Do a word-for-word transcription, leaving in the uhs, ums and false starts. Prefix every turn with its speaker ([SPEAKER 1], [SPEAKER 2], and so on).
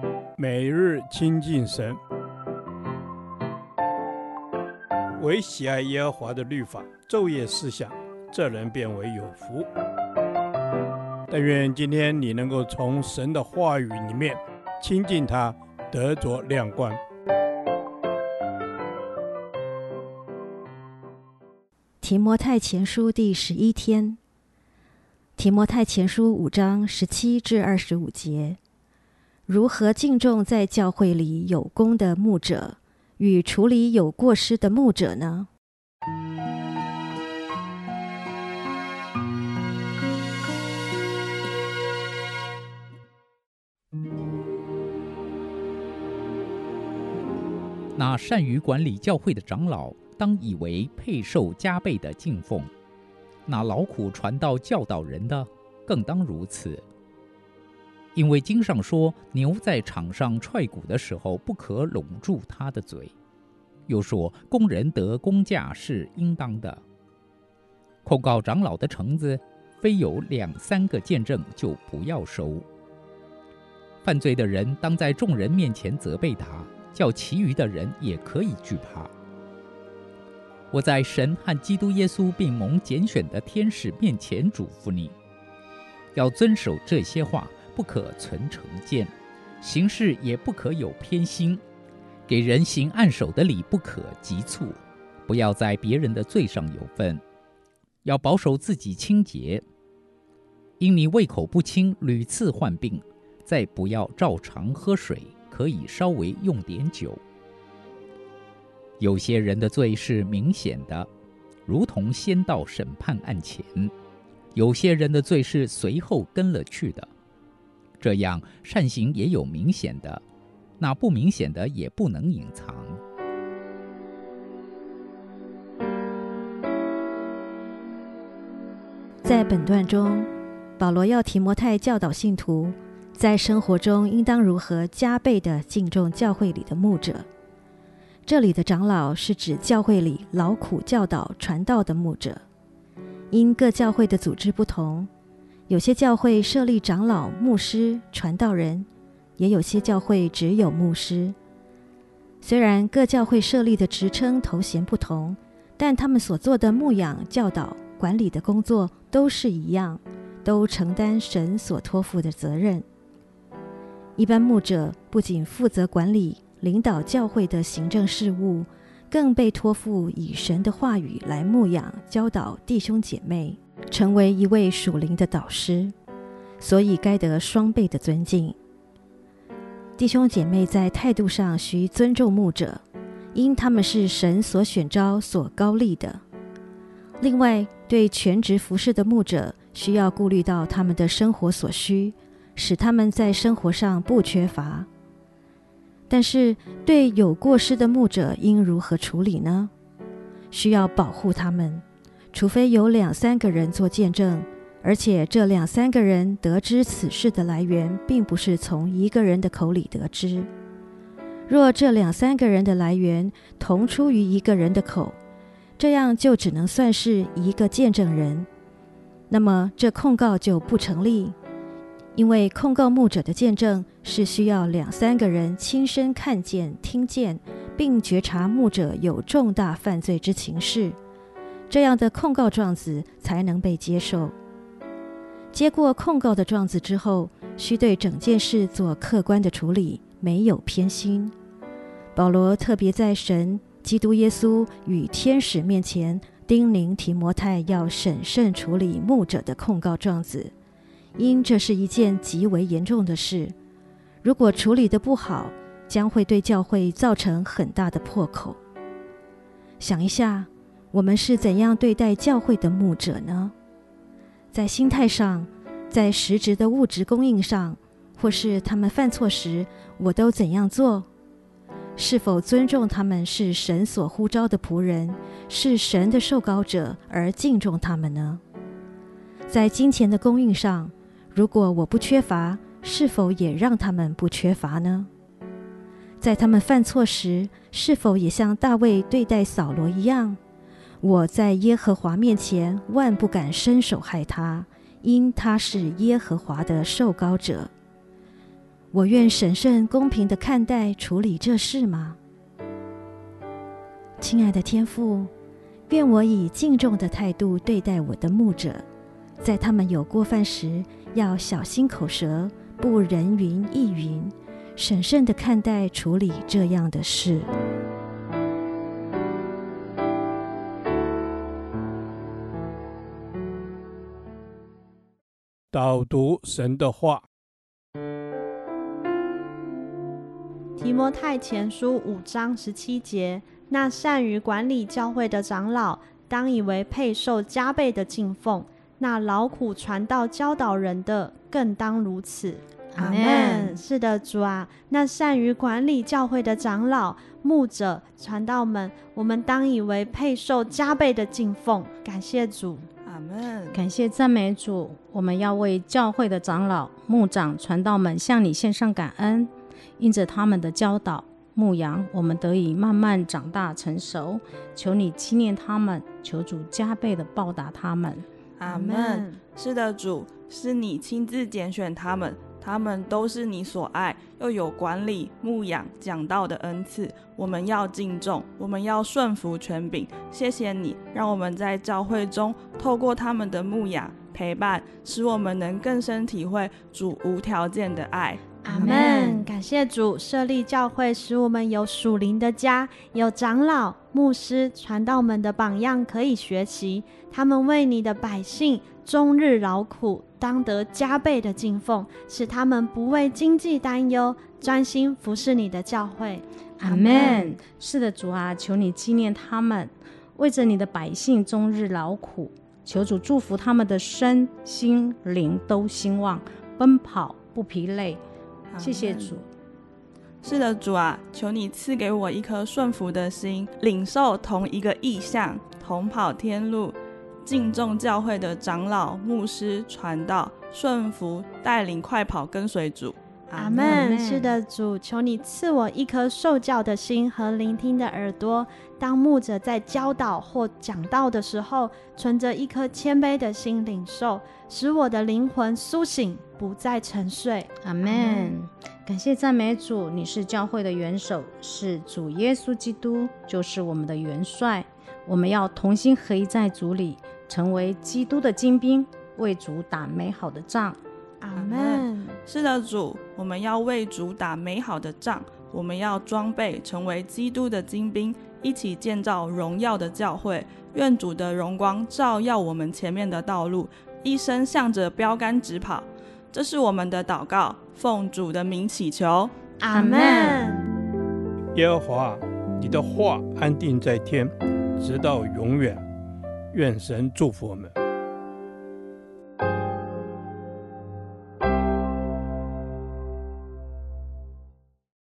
[SPEAKER 1] 每日亲近神，唯喜爱耶和华的律法，昼夜思想，这人变为有福。但愿今天你能够从神的话语里面亲近他，得着亮光。
[SPEAKER 2] 提摩太前书第十一天，提摩太前书五章十七至二十五节，如何敬重在教会里有功的牧者，与处理有过失的牧者呢？
[SPEAKER 3] 那善于管理教会的长老，当以为配受加倍的敬奉；那劳苦传道教导人的，更当如此。因为经上说，牛在场上踹鼓的时候，不可拢住它的嘴；又说，工人得工价是应当的。控告长老的橙子，非有两三个见证，就不要收。犯罪的人当在众人面前责备他，叫其余的人也可以惧怕。我在神和基督耶稣并蒙拣选的天使面前嘱咐你，要遵守这些话，不可存成见，行事也不可有偏心，给人行按手的礼不可急促，不要在别人的罪上有份，要保守自己清洁。因你胃口不清，屡次患病，再不要照常喝水，可以稍微用点酒。有些人的罪是明显的，如同先到审判案前；有些人的罪是随后跟了去的。这样善行也有明显的，那不明显的也不能隐藏。
[SPEAKER 2] 在本段中，保罗要提摩太教导信徒，在生活中应当如何加倍地敬重教会里的牧者。这里的长老是指教会里劳苦教导传道的牧者。因各教会的组织不同，有些教会设立长老、牧师、传道人，也有些教会只有牧师。虽然各教会设立的职称头衔不同，但他们所做的牧养、教导、管理的工作都是一样，都承担神所托付的责任。一般牧者不仅负责管理、领导教会的行政事务，更被托付以神的话语来牧养、教导弟兄姐妹，成为一位属灵的导师，所以该得双倍的尊敬。弟兄姐妹在态度上需尊重牧者，因他们是神所选召、所高立的。另外，对全职服事的牧者，需要顾虑到他们的生活所需，使他们在生活上不缺乏。但是对有过失的牧者应如何处理呢？需要保护他们，除非有两三个人做见证，而且这两三个人得知此事的来源并不是从一个人的口里得知。若这两三个人的来源同出于一个人的口，这样就只能算是一个见证人，那么这控告就不成立，因为控告牧者的见证是需要两三个人亲身看见、听见，并觉察牧者有重大犯罪之情事，这样的控告状子才能被接受。接过控告的状子之后，需对整件事做客观的处理，没有偏心。保罗特别在神、基督耶稣与天使面前叮咛提摩太要审慎处理牧者的控告状子，因这是一件极为严重的事，如果处理得不好，将会对教会造成很大的破口。想一下，我们是怎样对待教会的牧者呢？在心态上，在实质的物质供应上，或是他们犯错时，我都怎样做？是否尊重他们是神所呼召的仆人，是神的受膏者而敬重他们呢？在金钱的供应上，如果我不缺乏，是否也让他们不缺乏呢？在他们犯错时，是否也像大卫对待扫罗一样，我在耶和华面前万不敢伸手害他，因他是耶和华的受膏者。 我愿审慎公平地看待处理这事吗？亲爱的天父，愿我以敬重的态度对待我的牧者，在他们有过犯时，要小心口舌，不人云亦云，审慎地看待处理这样的事。
[SPEAKER 1] 导读神的话，
[SPEAKER 4] 提摩太前书五章十七节，那善于管理教会的长老，当以为配受加倍的敬奉；那劳苦传道教导人的，更当如此。阿们。是的，主啊，那善于管理教会的长老、牧者、传道们，我们当以为配受加倍的敬奉。感谢主。
[SPEAKER 5] 阿们。
[SPEAKER 6] 感谢赞美主，我们要为教会的长老、牧长、传道们向你献上感恩，因着他们的教导牧养，我们得以慢慢长大成熟。求你纪念他们，求主加倍的报答他们。
[SPEAKER 5] 阿们。是的，主，是你亲自拣选他们，他们都是你所爱，又有管理、牧养、讲道的恩赐。我们要敬重，我们要顺服权柄。谢谢你，让我们在教会中透过他们的牧养、陪伴，使我们能更深体会主无条件的爱。
[SPEAKER 4] 阿们。感谢主设立教会，使我们有属灵的家，有长老、牧师、传道们的榜样可以学习。他们为你的百姓终日劳苦，当得加倍的敬奉，使他们不为经济担忧，专心服侍你的教会。
[SPEAKER 6] 阿们。是的，主啊，求你纪念他们，为着你的百姓终日劳苦，求主祝福他们的身心灵都兴旺，奔跑不疲累。谢谢主。
[SPEAKER 5] 是的，主啊，求你赐给我一颗顺服的心，领受同一个意向，同跑天路，敬重教会的长老、牧师、传道，顺服带领快跑跟随主。
[SPEAKER 4] 阿们。是的，主，求你赐我一颗受教的心和聆听的耳朵，当牧者在教导或讲道的时候，存着一颗谦卑的心领受，使我的灵魂苏醒，不再沉睡。
[SPEAKER 6] 阿们。感谢赞美主，你是教会的元首，是主耶稣基督，就是我们的元帅。我们要同心合一在主里，成为基督的精兵，为主打美好的仗。
[SPEAKER 4] 阿们。
[SPEAKER 5] 是的，主，我们要为主打美好的仗，我们要装备成为基督的精兵，一起建造荣耀的教会。愿主的荣光照耀我们前面的道路，一生向着标杆直跑。这是我们的祷告，奉主的名祈求。
[SPEAKER 4] 阿们。
[SPEAKER 1] 耶和华，你的话安定在天，直到永远。愿神祝福我们。